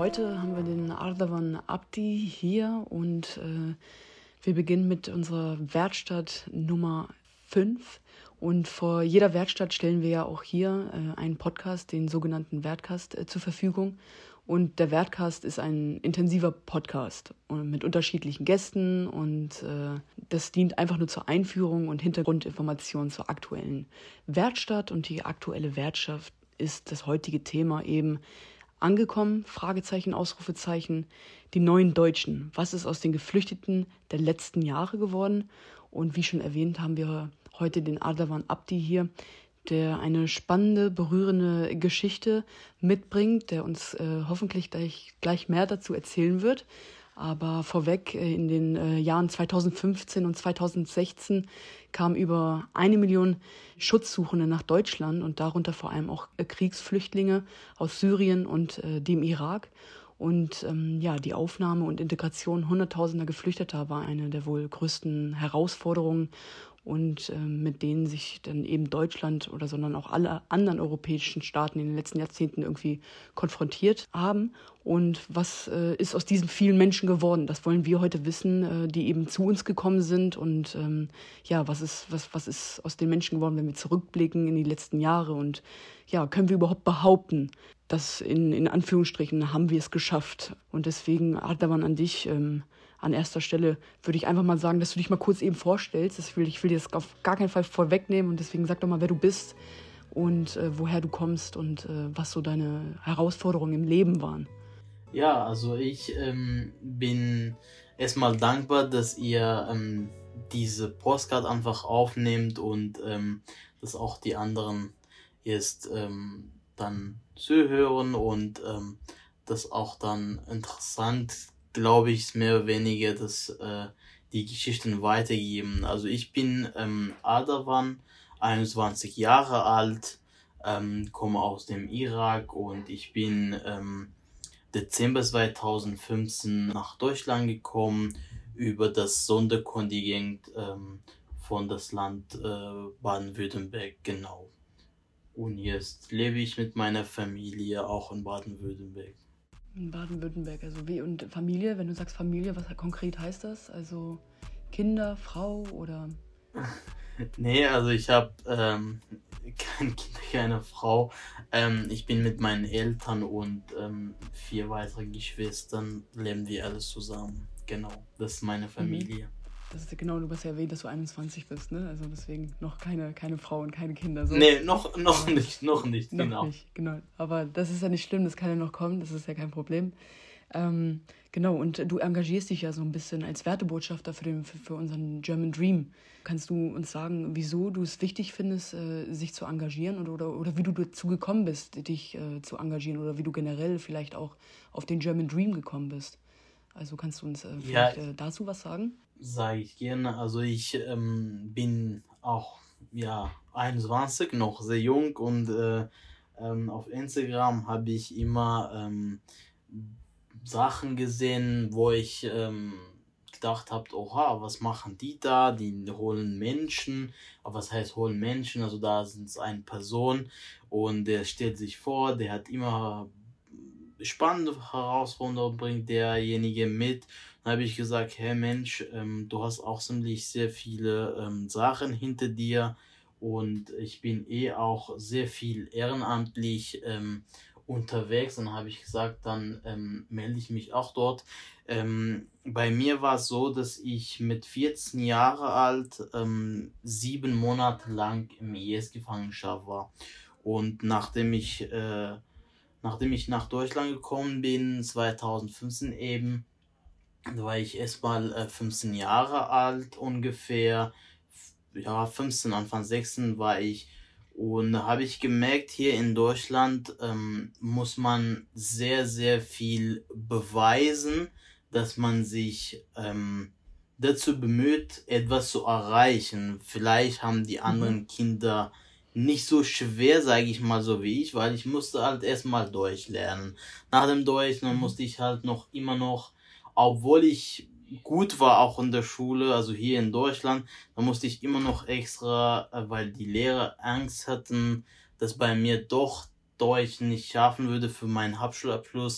Heute haben wir den Ardavan Abdi hier und wir beginnen mit unserer Werkstatt Nummer 5. Und vor jeder Werkstatt stellen wir ja auch hier einen Podcast, den sogenannten Wertcast, zur Verfügung. Und der Wertcast ist ein intensiver Podcast mit unterschiedlichen Gästen und das dient einfach nur zur Einführung und Hintergrundinformation zur aktuellen Werkstatt. Und die aktuelle Werkstatt ist das heutige Thema eben angekommen, Fragezeichen, Ausrufezeichen, die neuen Deutschen. Was ist aus den Geflüchteten der letzten Jahre geworden? Und wie schon erwähnt, haben wir heute den Ardavan Abdi hier, der eine spannende, berührende Geschichte mitbringt, der uns hoffentlich gleich mehr dazu erzählen wird. Aber vorweg, in den Jahren 2015 und 2016 kamen über 1 Million Schutzsuchende nach Deutschland und darunter vor allem auch Kriegsflüchtlinge aus Syrien und dem Irak. Und die Aufnahme und Integration hunderttausender Geflüchteter war eine der wohl größten Herausforderungen und mit denen sich dann eben Deutschland sondern auch alle anderen europäischen Staaten in den letzten Jahrzehnten irgendwie konfrontiert haben. Und was ist aus diesen vielen Menschen geworden? Das wollen wir heute wissen, die eben zu uns gekommen sind. Und was ist aus den Menschen geworden, wenn wir zurückblicken in die letzten Jahre? Und ja, können wir überhaupt behaupten, dass in Anführungsstrichen haben wir es geschafft? Und deswegen, Ardavan, an dich an erster Stelle würde ich einfach mal sagen, dass du dich mal kurz eben vorstellst. Ich will dir das auf gar keinen Fall vorwegnehmen und deswegen sag doch mal, wer du bist und woher du kommst und was so deine Herausforderungen im Leben waren. Ja, also ich bin erstmal dankbar, dass ihr diese Postcard einfach aufnehmt und dass auch die anderen jetzt dann zuhören und das auch dann interessant, glaube ich, mehr oder weniger, dass die Geschichten weitergeben. Also ich bin Ardavan, 21 Jahre alt, komme aus dem Irak und ich bin Dezember 2015 nach Deutschland gekommen über das Sonderkontingent von das Land Baden-Württemberg, genau. Und jetzt lebe ich mit meiner Familie auch in Baden-Württemberg. In Baden-Württemberg, also wie und Familie, wenn du sagst Familie, was konkret heißt das? Also Kinder, Frau oder? Nee, also ich habe kein Kind, keine Frau. Ich bin mit meinen Eltern und 4 weiteren Geschwistern, leben wir alles zusammen. Genau, das ist meine Familie. Das ist genau, du hast ja erwähnt, dass du 21 bist, ne? Also deswegen noch keine Frau und keine Kinder. So. Nee, noch nicht, genau. Noch nicht, genau. Aber das ist ja nicht schlimm, das kann ja noch kommen, das ist ja kein Problem. Genau, und du engagierst dich ja so ein bisschen als Wertebotschafter für unseren German Dream. Kannst du uns sagen, wieso du es wichtig findest, sich zu engagieren oder wie du dazu gekommen bist, dich zu engagieren oder wie du generell vielleicht auch auf den German Dream gekommen bist? Also kannst du uns vielleicht dazu was sagen? Sage ich gerne. Also ich bin auch 21, noch sehr jung und auf Instagram habe ich immer Sachen gesehen, wo ich gedacht habe, oha, was machen die da? Die holen Menschen. Aber was heißt holen Menschen? Also da sind es eine Person und der stellt sich vor, der hat immer spannende Herausforderungen, bringt derjenige mit. Dann habe ich gesagt, hey Mensch, du hast auch ziemlich sehr viele Sachen hinter dir und ich bin auch sehr viel ehrenamtlich unterwegs. Und dann habe ich gesagt, dann melde ich mich auch dort. Bei mir war es so, dass ich mit 14 Jahre alt 7 Monate lang im IS-Gefangenschaft war. Und nachdem ich nach Deutschland gekommen bin, 2015 eben, da war ich erstmal 15 Jahre alt ungefähr, 15, Anfang 16 war ich. Und da habe ich gemerkt, hier in Deutschland muss man sehr, sehr viel beweisen, dass man sich dazu bemüht, etwas zu erreichen. Vielleicht haben die anderen Kinder nicht so schwer, sage ich mal so wie ich, weil ich musste halt erstmal Deutsch lernen. Nach dem Deutsch musste ich halt immer noch, obwohl ich gut war auch in der Schule, also hier in Deutschland, da musste ich immer noch extra, weil die Lehrer Angst hatten, dass bei mir doch Deutsch nicht schaffen würde für meinen Hauptschulabschluss,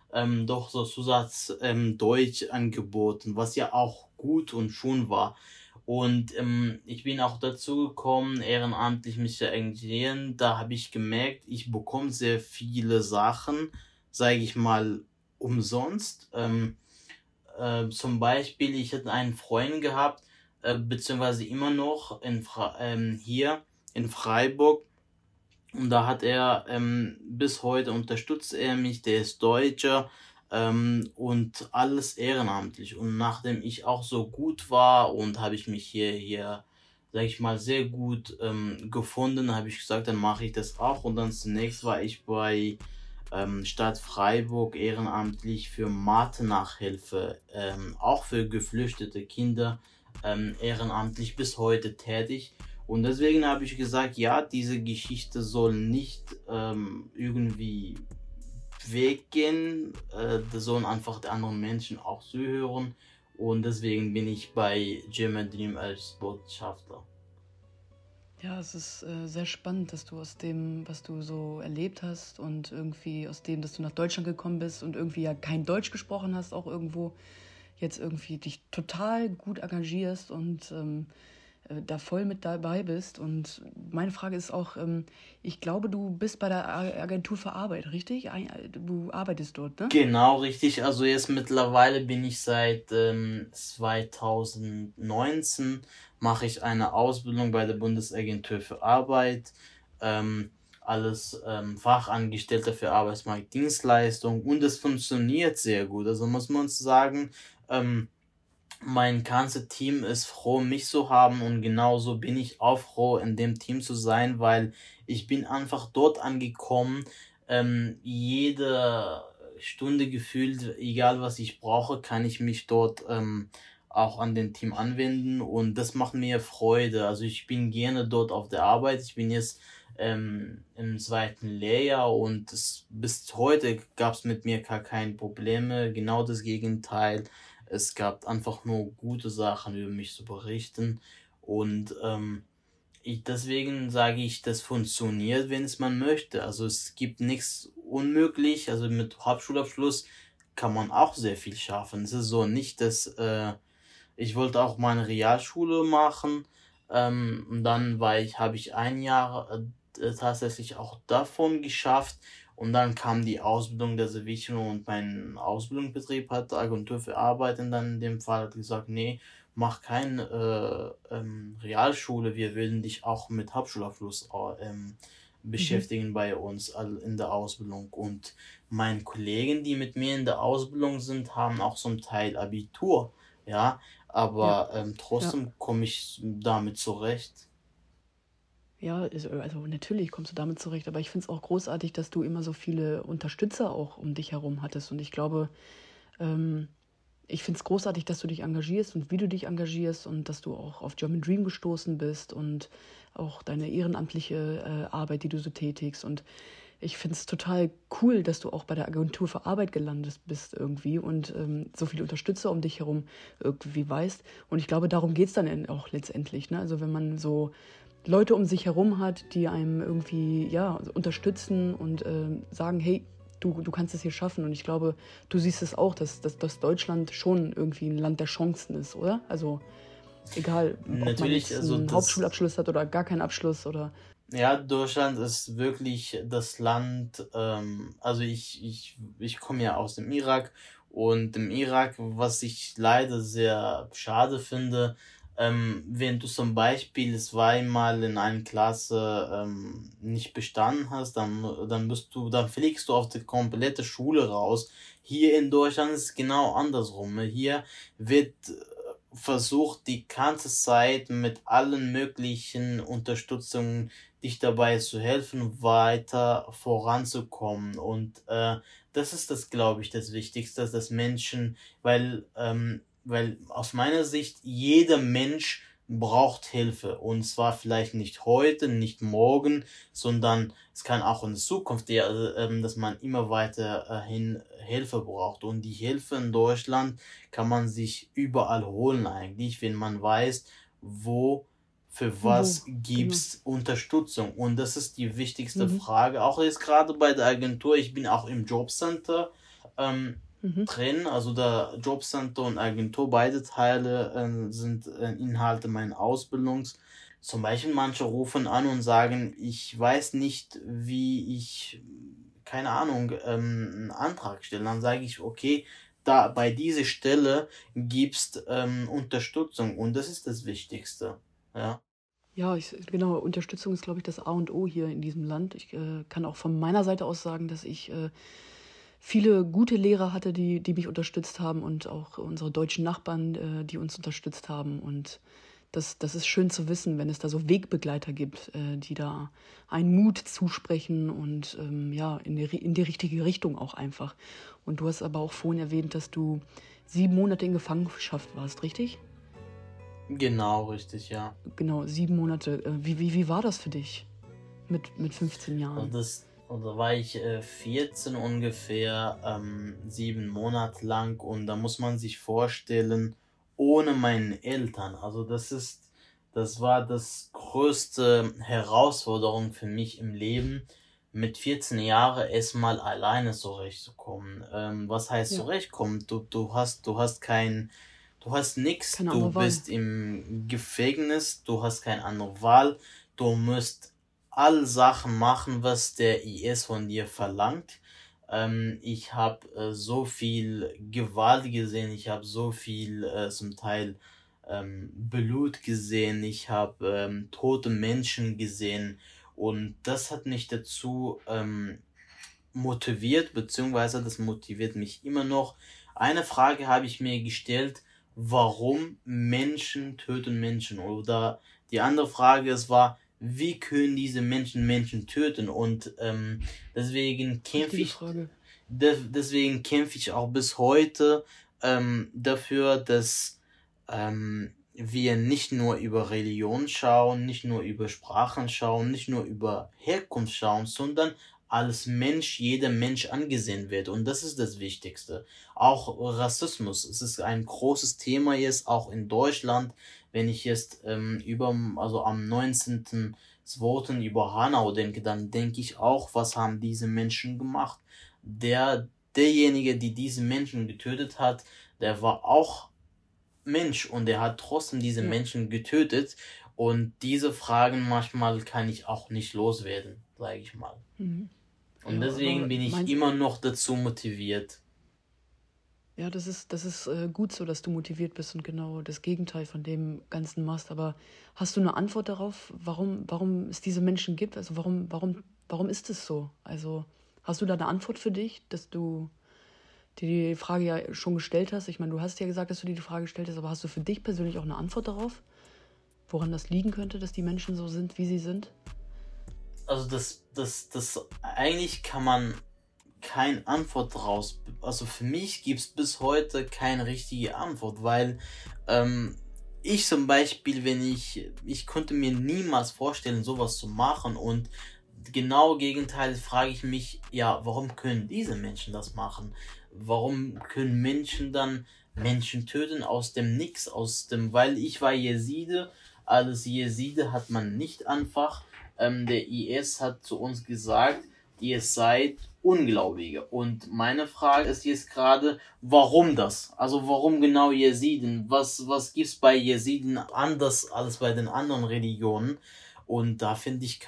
doch so Zusatz Deutsch angeboten, was ja auch gut und schon war. Und ich bin auch dazu gekommen, ehrenamtlich mich zu engagieren. Da habe ich gemerkt, ich bekomme sehr viele Sachen, sage ich mal, umsonst. Zum Beispiel, ich hatte einen Freund gehabt, beziehungsweise immer noch hier in Freiburg. Und da hat er, bis heute unterstützt er mich, der ist Deutscher, und alles ehrenamtlich. Und nachdem ich auch so gut war und habe ich mich hier, sag ich mal, sehr gut gefunden, habe ich gesagt, dann mache ich das auch. Und dann zunächst war ich bei Stadt Freiburg ehrenamtlich für Mathe-Nachhilfe, auch für geflüchtete Kinder, ehrenamtlich bis heute tätig. Und deswegen habe ich gesagt, ja, diese Geschichte soll nicht irgendwie weggehen, das sollen einfach die anderen Menschen auch zuhören. Und deswegen bin ich bei German Dream als Botschafter. Ja, es ist sehr spannend, dass du aus dem, was du so erlebt hast und irgendwie aus dem, dass du nach Deutschland gekommen bist und irgendwie ja kein Deutsch gesprochen hast, auch irgendwo jetzt irgendwie dich total gut engagierst und da voll mit dabei bist. Und meine Frage ist auch, ich glaube, du bist bei der Agentur für Arbeit, richtig? Du arbeitest dort, ne? Genau, richtig. Also jetzt mittlerweile bin ich seit 2019, mache ich eine Ausbildung bei der Bundesagentur für Arbeit, als Fachangestellter für Arbeitsmarktdienstleistung, und es funktioniert sehr gut. Also muss man sagen, mein ganzes Team ist froh, mich zu haben, und genauso bin ich auch froh, in dem Team zu sein, weil ich bin einfach dort angekommen, jede Stunde gefühlt, egal was ich brauche, kann ich mich dort auch an den Team anwenden, und das macht mir Freude. Also ich bin gerne dort auf der Arbeit. Ich bin jetzt im zweiten Lehrjahr, und bis heute gab es mit mir gar keine Probleme, genau das Gegenteil. Es gab einfach nur gute Sachen über mich zu berichten, und deswegen sage ich, das funktioniert, wenn es man möchte. Also es gibt nichts unmöglich. Also mit Hauptschulabschluss kann man auch sehr viel schaffen. Es ist so nicht, dass ich wollte auch meine Realschule machen. Und dann habe ich ein Jahr tatsächlich auch davon geschafft. Und dann kam die Ausbildung der sehr wichtig, und mein Ausbildungsbetrieb hat Agentur für Arbeit in dann in dem Fall hat gesagt, nee, mach keine Realschule, wir würden dich auch mit Hauptschulabschluss beschäftigen bei uns in der Ausbildung. Und meine Kollegen, die mit mir in der Ausbildung sind, haben auch zum Teil Abitur, ja, aber Ja, trotzdem komme ich damit zurecht. ja, also natürlich kommst du damit zurecht, aber ich finde es auch großartig, dass du immer so viele Unterstützer auch um dich herum hattest. Und ich glaube, ähm, ich finde es großartig, dass du dich engagierst und wie du dich engagierst und dass du auch auf German Dream gestoßen bist und auch deine ehrenamtliche Arbeit, die du so tätigst. Und ich finde es total cool, dass du auch bei der Agentur für Arbeit gelandet bist irgendwie und so viele Unterstützer um dich herum irgendwie weißt. Und ich glaube, darum geht es dann auch letztendlich. Ne? Also wenn man so Leute um sich herum hat, die einem irgendwie ja, unterstützen und sagen, hey, du kannst es hier schaffen. Und ich glaube, du siehst es auch, dass Deutschland schon irgendwie ein Land der Chancen ist, oder? Also egal, ob man Natürlich, jetzt also einen Hauptschulabschluss hat oder gar keinen Abschluss oder ja, Deutschland ist wirklich das Land, also ich komme ja aus dem Irak, und im Irak, was ich leider sehr schade finde, wenn du zum Beispiel zweimal in einer Klasse nicht bestanden hast, dann fliegst du auf die komplette Schule raus. Hier in Deutschland ist es genau andersrum. Hier wird versucht die ganze Zeit mit allen möglichen Unterstützungen dich dabei zu helfen, weiter voranzukommen. Und das ist das, glaube ich, das Wichtigste, dass Menschen, weil aus meiner Sicht jeder Mensch braucht Hilfe. Und zwar vielleicht nicht heute, nicht morgen, sondern es kann auch in Zukunft, dass man immer weiterhin Hilfe braucht. Und die Hilfe in Deutschland kann man sich überall holen eigentlich, wenn man weiß, wo für wo, was genau. gibt's Unterstützung. Und das ist die wichtigste Mhm. Frage. Auch jetzt gerade bei der Agentur, ich bin auch im Jobcenter. Mhm. drin. Also der Jobcenter und Agentur, beide Teile sind Inhalte meiner Ausbildungs. Zum Beispiel manche rufen an und sagen, ich weiß nicht, wie ich, keine Ahnung, einen Antrag stelle. Dann sage ich, okay, da bei dieser Stelle gibst Unterstützung und das ist das Wichtigste. Ja. Ja, genau, Unterstützung ist, glaube ich, das A und O hier in diesem Land. Ich kann auch von meiner Seite aus sagen, dass ich viele gute Lehrer hatte, die mich unterstützt haben und auch unsere deutschen Nachbarn, die uns unterstützt haben. Und das ist schön zu wissen, wenn es da so Wegbegleiter gibt, die da einen Mut zusprechen und ja, in die richtige Richtung auch einfach. Und du hast aber auch vorhin erwähnt, dass du 7 Monate in Gefangenschaft warst, richtig? Genau, richtig, ja. Genau, 7 Monate. Wie war das für dich mit 15 Jahren? Und da war ich 14 ungefähr, 7 Monate lang und da muss man sich vorstellen, ohne meine Eltern. Also das war das größte Herausforderung für mich im Leben, mit 14 Jahren erstmal alleine zurechtzukommen. Was heißt Ja, zurechtkommen? Du hast nichts, keine du andere Wahl. bist im Gefängnis, du hast keine andere Wahl, du musst all Sachen machen, was der IS von dir verlangt. Ich habe so viel Gewalt gesehen, ich habe so viel zum Teil Blut gesehen, ich habe tote Menschen gesehen und das hat mich dazu motiviert, beziehungsweise das motiviert mich immer noch. Eine Frage habe ich mir gestellt, warum Menschen töten Menschen? Oder die andere Frage es war, wie können diese Menschen Menschen töten? Und deswegen kämpfe Richtige ich, Frage. deswegen kämpfe ich auch bis heute dafür, dass wir nicht nur über Religion schauen, nicht nur über Sprachen schauen, nicht nur über Herkunft schauen, sondern als Mensch, jeder Mensch angesehen wird. Und das ist das Wichtigste. Auch Rassismus. Es ist ein großes Thema jetzt, auch in Deutschland. Wenn ich jetzt also am 19.02. über Hanau denke, dann denke ich auch, was haben diese Menschen gemacht? Derjenige, die diese Menschen getötet hat, der war auch Mensch und er hat trotzdem diese Ja. Menschen getötet. Und diese Fragen manchmal kann ich auch nicht loswerden, sage ich mal. Mhm. Und Ja, deswegen aber bin ich immer noch dazu motiviert. ja, das ist gut so, dass du motiviert bist und genau das Gegenteil von dem Ganzen machst. Aber hast du eine Antwort darauf, warum es diese Menschen gibt? Also warum ist es so? Also hast du da eine Antwort für dich, dass du dir die Frage ja schon gestellt hast? Ich meine, du hast ja gesagt, dass du dir die Frage gestellt hast, aber hast du für dich persönlich auch eine Antwort darauf, woran das liegen könnte, dass die Menschen so sind, wie sie sind? Also eigentlich kann man keine Antwort draus. Also für mich gibt es bis heute keine richtige Antwort, weil ähm, ich zum Beispiel, ich konnte mir niemals vorstellen, sowas zu machen und genau Gegenteil frage ich mich, ja, warum können diese Menschen das machen? Warum können Menschen dann Menschen töten aus dem Nix, weil ich war Jeside, als Jeside hat man nicht einfach, der IS hat zu uns gesagt, ihr seid Ungläubige. Und meine Frage ist jetzt gerade, warum das? Also warum genau Jesiden? Was gibt's bei Jesiden anders als bei den anderen Religionen? Und da finde ich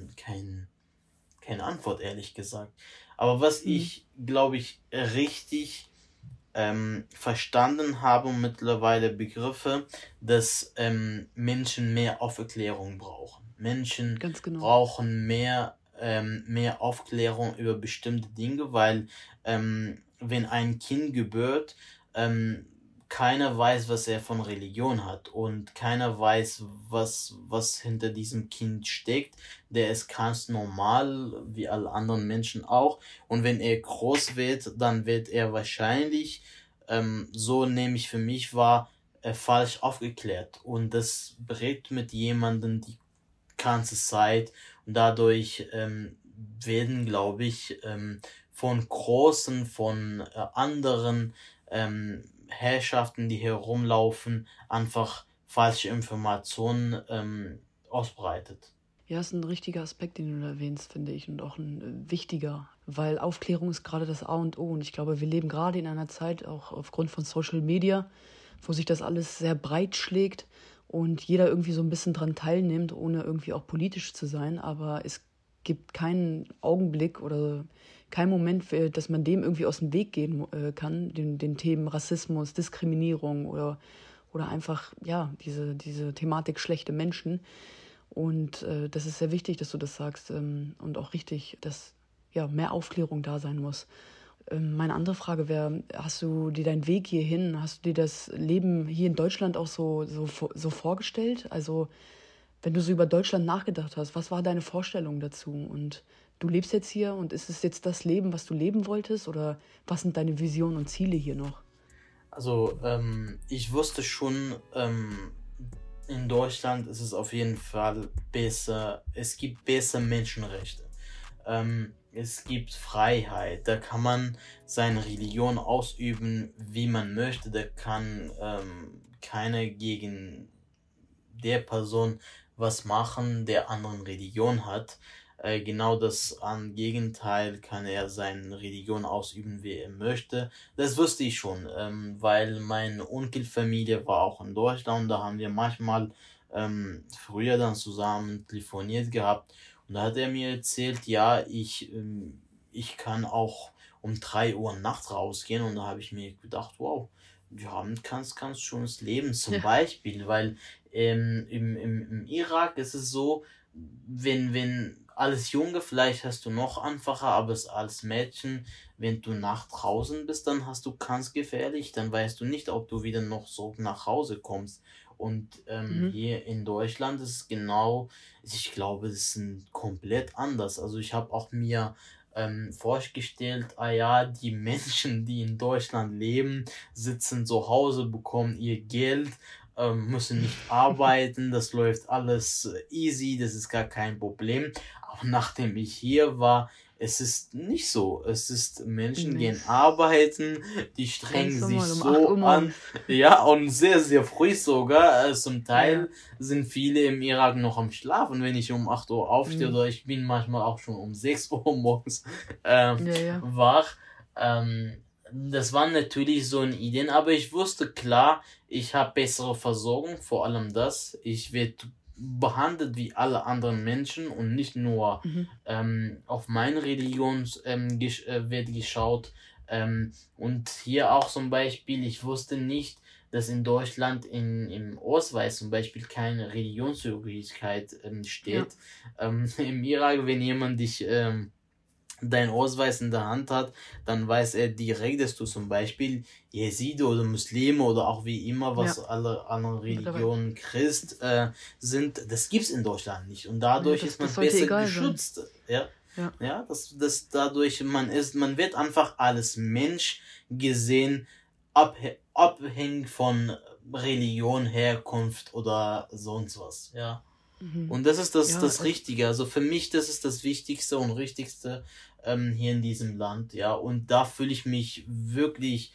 keine Antwort, ehrlich gesagt. Aber was Mhm. ich, glaube ich, richtig verstanden habe und mittlerweile Begriffe, dass Menschen mehr Aufklärung brauchen. Menschen Ganz genau. brauchen mehr Aufklärung über bestimmte Dinge, weil wenn ein Kind gebührt, ähm, keiner weiß, was er von Religion hat und keiner weiß, was hinter diesem Kind steckt. Der ist ganz normal, wie alle anderen Menschen auch. Und wenn er groß wird, dann wird er wahrscheinlich, so nehme ich für mich wahr, falsch aufgeklärt. Und das berät mit jemandem die ganze Zeit. Und dadurch werden, glaube ich, von anderen Herrschaften, die herumlaufen, einfach falsche Informationen ausbreitet. Ja, ist ein richtiger Aspekt, den du da erwähnst, finde ich, und auch ein wichtiger, weil Aufklärung ist gerade das A und O. Und ich glaube, wir leben gerade in einer Zeit, auch aufgrund von Social Media, wo sich das alles sehr breit schlägt und jeder irgendwie so ein bisschen dran teilnimmt, ohne irgendwie auch politisch zu sein. Aber es gibt keinen Augenblick oder keinen Moment, dass man dem irgendwie aus dem Weg gehen kann, den Themen Rassismus, Diskriminierung oder einfach, ja, diese Thematik schlechte Menschen. Und das ist sehr wichtig, dass du das sagst und auch richtig, dass ja, mehr Aufklärung da sein muss. Meine andere Frage wäre, hast du dir deinen Weg hierhin, hast du dir das Leben hier in Deutschland auch so vorgestellt? Also wenn du so über Deutschland nachgedacht hast, was war deine Vorstellung dazu? Und du lebst jetzt hier und ist es jetzt das Leben, was du leben wolltest? Oder was sind deine Visionen und Ziele hier noch? Also, ich wusste schon, in Deutschland ist es auf jeden Fall besser, es gibt bessere Menschenrechte. Es gibt Freiheit, da kann man seine Religion ausüben, wie man möchte, da kann keiner gegen der Person was machen, der anderen Religion hat. Genau das am Gegenteil kann er seine Religion ausüben, wie er möchte. Das wusste ich schon, weil meine Onkelfamilie war auch in Deutschland. Da haben wir manchmal früher dann zusammen telefoniert gehabt. Und da hat er mir erzählt, ja, ich kann auch um 3 Uhr nachts rausgehen. Und da habe ich mir gedacht, wow, wir haben ganz schönes Leben zum Ja, Beispiel, weil im Irak ist es so, wenn als Junge vielleicht hast du noch einfacher, aber als Mädchen, wenn du nach draußen bist, dann hast du ganz gefährlich, dann weißt du nicht, ob du wieder noch so nach Hause kommst. Und mhm. hier in Deutschland ist es genau, ich glaube, es ist komplett anders. Also ich habe auch mir vorgestellt, ah ja, die Menschen, die in Deutschland leben, sitzen zu Hause, bekommen ihr Geld, müssen nicht arbeiten, das läuft alles easy, das ist gar kein Problem. Aber nachdem ich hier war, es ist nicht so. Es ist, Menschen Nee, gehen arbeiten, die strengen ganz sich normal, um 8 Uhr so an, morgens. ja, und sehr früh sogar. Zum Ja, Teil sind viele im Irak noch am Schlafen, wenn ich um 8 Uhr aufstehe, mm, oder ich bin manchmal auch schon um 6 Uhr morgens ähm, ja, ja, wach. Ähm, Das waren natürlich so eine Ideen, aber ich wusste klar, ich habe bessere Versorgung, vor allem das. Ich werde behandelt wie alle anderen Menschen und nicht nur mhm. auf meine Religion wird geschaut. Und hier auch zum Beispiel, ich wusste nicht, dass in Deutschland im Ausweis zum Beispiel keine Religionszugehörigkeit Ja, steht. Im Irak, wenn jemand dich deinen Ausweis in der Hand hat, dann weiß er direkt, dass du zum Beispiel Jeside oder Muslime oder auch wie immer, ja, was alle anderen mittlerweile. Religionen Christ sind, das gibt's in Deutschland nicht. Und Ja, dadurch das, ist das man sollte besser egal sein. geschützt. Ja, Ja, ja, das dadurch, man wird einfach als Mensch gesehen, abhängig von Religion, Herkunft oder sonst was. Ja. mhm. Und das ist Ja, das Richtige. Also für mich, das ist das Wichtigste und Richtigste hier in diesem Land, ja. Und da fühle ich mich wirklich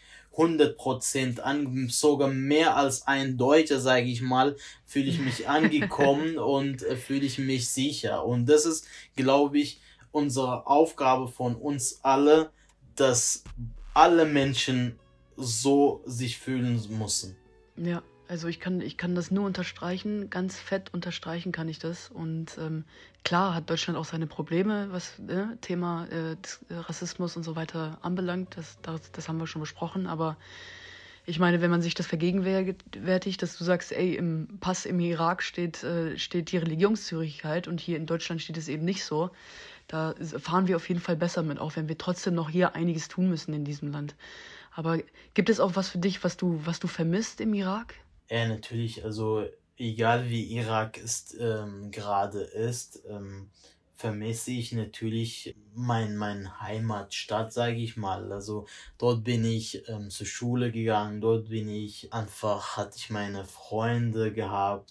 100% an, sogar mehr als ein Deutscher, sage ich mal, fühle ich mich angekommen und fühle ich mich sicher. Und das ist, glaube ich, unsere Aufgabe von uns alle, dass alle Menschen so sich fühlen müssen. ja, also ich kann das nur unterstreichen, ganz fett unterstreichen kann ich das. Und klar hat Deutschland auch seine Probleme, was Thema Rassismus und so weiter anbelangt. Das haben wir schon besprochen. Aber ich meine, wenn man sich das vergegenwärtigt, dass du sagst, ey, im Pass im Irak steht die Religionszugehörigkeit und hier in Deutschland steht es eben nicht so, da fahren wir auf jeden Fall besser mit, auch wenn wir trotzdem noch hier einiges tun müssen in diesem Land. Aber gibt es auch was für dich, was du vermisst im Irak? Ja, natürlich, also egal wie Irak ist, gerade ist, vermisse ich natürlich mein Heimatstadt, sage ich mal. Also dort bin ich zur Schule gegangen, dort bin ich einfach, hatte ich meine Freunde gehabt,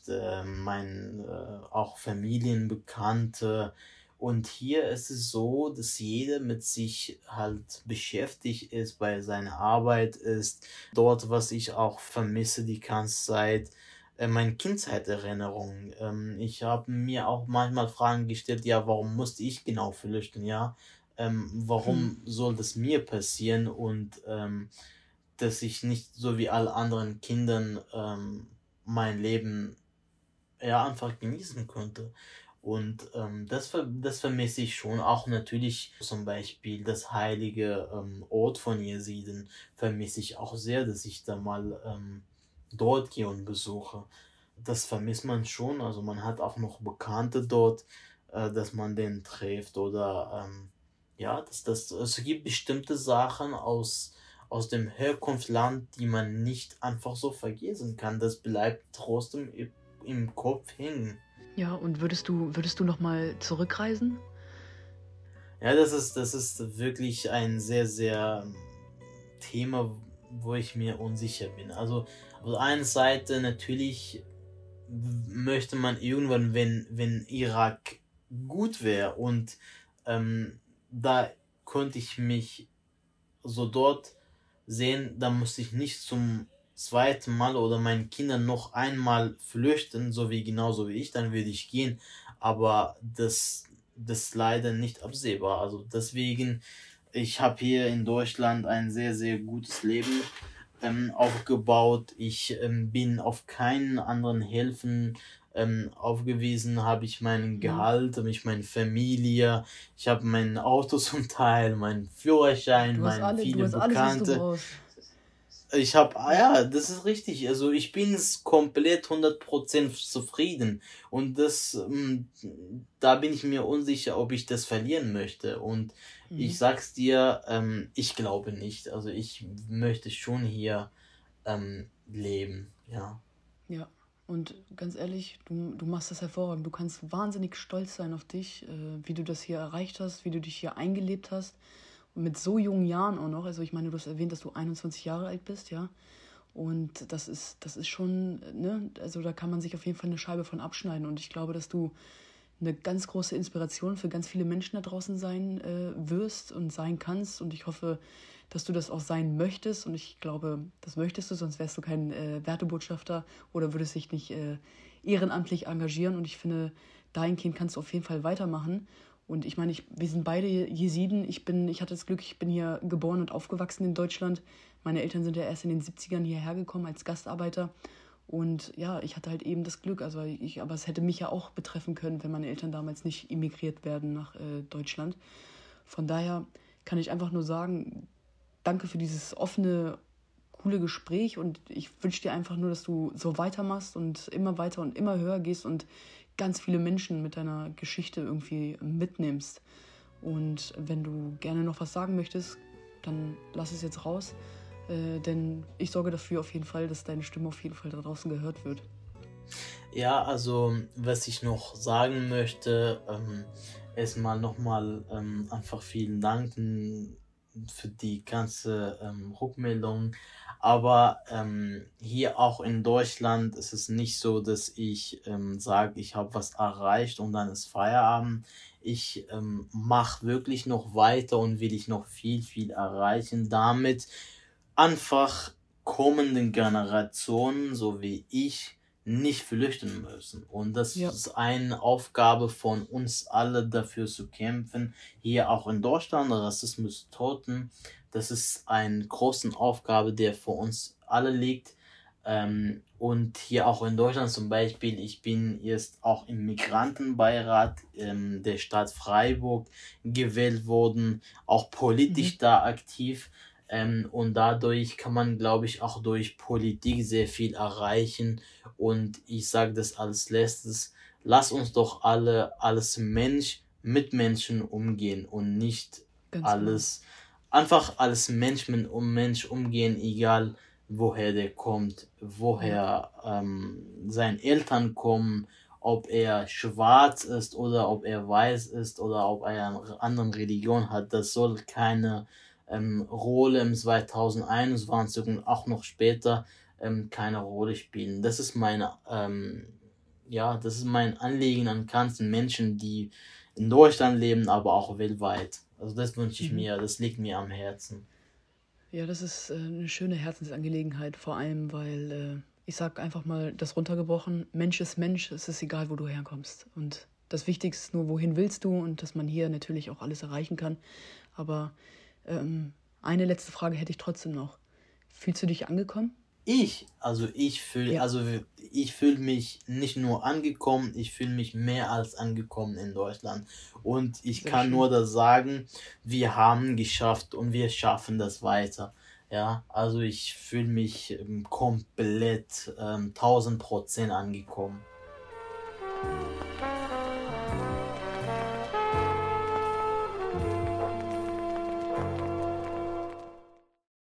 auch Familienbekannte. Und hier ist es so, dass jeder mit sich halt beschäftigt ist, bei seiner Arbeit ist. Dort, was ich auch vermisse die ganze Zeit, meine Kindheitserinnerungen. Ich habe mir auch manchmal Fragen gestellt, ja, warum musste ich genau flüchten, ja? Hm. Warum soll das mir passieren und dass ich nicht so wie alle anderen Kindern mein Leben ja einfach genießen konnte. Und das vermisse ich schon. Auch natürlich zum Beispiel das heilige Ort von Jesiden vermisse ich auch sehr, dass ich da mal dort gehe und besuche. Das vermisst man schon. Also man hat auch noch Bekannte dort, dass man den trifft oder ja, es gibt bestimmte Sachen aus dem Herkunftsland, die man nicht einfach so vergessen kann. Das bleibt trotzdem im Kopf hängen. Ja, und würdest du nochmal zurückreisen? Ja, das ist wirklich ein sehr, sehr Thema, wo ich mir unsicher bin. Also auf der einen Seite natürlich möchte man irgendwann, wenn Irak gut wäre und da könnte ich mich so dort sehen, da muss ich nicht zum zweiten Mal oder meinen Kindern noch einmal flüchten, genauso wie ich, dann würde ich gehen. Aber das ist leider nicht absehbar. Also deswegen, ich habe hier in Deutschland ein sehr, sehr gutes Leben aufgebaut. Ich bin auf keinen anderen Hilfen aufgewiesen, habe ich meinen Mhm. Gehalt, habe ich meine Familie, ich habe mein Auto zum Teil, meinen Führerschein, Du viele hast alles, was du Bekannte. brauchst. Ich habe, ja, das ist richtig. Also ich bin komplett 100% zufrieden. Und da bin ich mir unsicher, ob ich das verlieren möchte. Und Mhm. ich sag's dir, ich glaube nicht. Also ich möchte schon hier leben, ja. Ja, und ganz ehrlich, du machst das hervorragend. Du kannst wahnsinnig stolz sein auf dich, wie du das hier erreicht hast, wie du dich hier eingelebt hast. Und mit so jungen Jahren auch noch. Also ich meine, du hast erwähnt, dass du 21 Jahre alt bist, ja. Und das ist schon, ne, also da kann man sich auf jeden Fall eine Scheibe von abschneiden. Und ich glaube, dass du eine ganz große Inspiration für ganz viele Menschen da draußen sein wirst und sein kannst. Und ich hoffe, dass du das auch sein möchtest. Und ich glaube, das möchtest du, sonst wärst du kein Wertebotschafter oder würdest dich nicht ehrenamtlich engagieren. Und ich finde, dahingehend kannst du auf jeden Fall weitermachen. Und ich meine, wir sind beide Jesiden. Ich hatte das Glück, ich bin hier geboren und aufgewachsen in Deutschland. Meine Eltern sind ja erst in den 70ern hierher gekommen als Gastarbeiter. Und ja, ich hatte halt eben das Glück, aber es hätte mich ja auch betreffen können, wenn meine Eltern damals nicht emigriert werden nach Deutschland. Von daher kann ich einfach nur sagen, danke für dieses offene, coole Gespräch und ich wünsche dir einfach nur, dass du so weitermachst und immer weiter und immer höher gehst und ganz viele Menschen mit deiner Geschichte irgendwie mitnimmst. Und wenn du gerne noch was sagen möchtest, dann lass es jetzt raus. Denn ich sorge dafür auf jeden Fall, dass deine Stimme auf jeden Fall da draußen gehört wird. Ja, also was ich noch sagen möchte, erstmal nochmal einfach vielen Dank für die ganze Rückmeldung. Aber hier auch in Deutschland ist es nicht so, dass ich sage, ich habe was erreicht und dann ist Feierabend. Ich mache wirklich noch weiter und will ich noch viel, viel erreichen, damit einfach kommenden Generationen, so wie ich, nicht flüchten müssen. Und das Ja, ist eine Aufgabe von uns alle, dafür zu kämpfen. Hier auch in Deutschland, Rassismus Toten. Das ist eine große Aufgabe, der vor uns alle liegt. Und hier auch in Deutschland zum Beispiel, ich bin jetzt auch im Migrantenbeirat der Stadt Freiburg gewählt worden, auch mhm. politisch da aktiv. Und dadurch kann man, glaube ich, auch durch Politik sehr viel erreichen. Und ich sage das als letztes, lass uns doch alle als Mensch mit Menschen umgehen und nicht Ganz genau. alles, einfach als Mensch mit Mensch umgehen, egal woher der kommt, Ja, woher seine Eltern kommen, ob er schwarz ist oder ob er weiß ist oder ob er eine andere Religion hat. Das soll keine Rolle im 2021 und auch noch später keine Rolle spielen. Das ist mein Anliegen an ganzen Menschen, die in Deutschland leben, aber auch weltweit. Also das wünsche ich mhm. mir, das liegt mir am Herzen. Ja, das ist eine schöne Herzensangelegenheit, vor allem weil ich sag einfach mal das runtergebrochen, Mensch ist Mensch, es ist egal, wo du herkommst. Und das Wichtigste ist nur, wohin willst du und dass man hier natürlich auch alles erreichen kann. Aber eine letzte Frage hätte ich trotzdem noch. Fühlst du dich angekommen? Ich fühle mich nicht nur angekommen, ich fühle mich mehr als angekommen in Deutschland. Und ich Sehr kann schön. nur das sagen, wir haben geschafft und wir schaffen das weiter. Ja, also ich fühle mich komplett 1000% angekommen.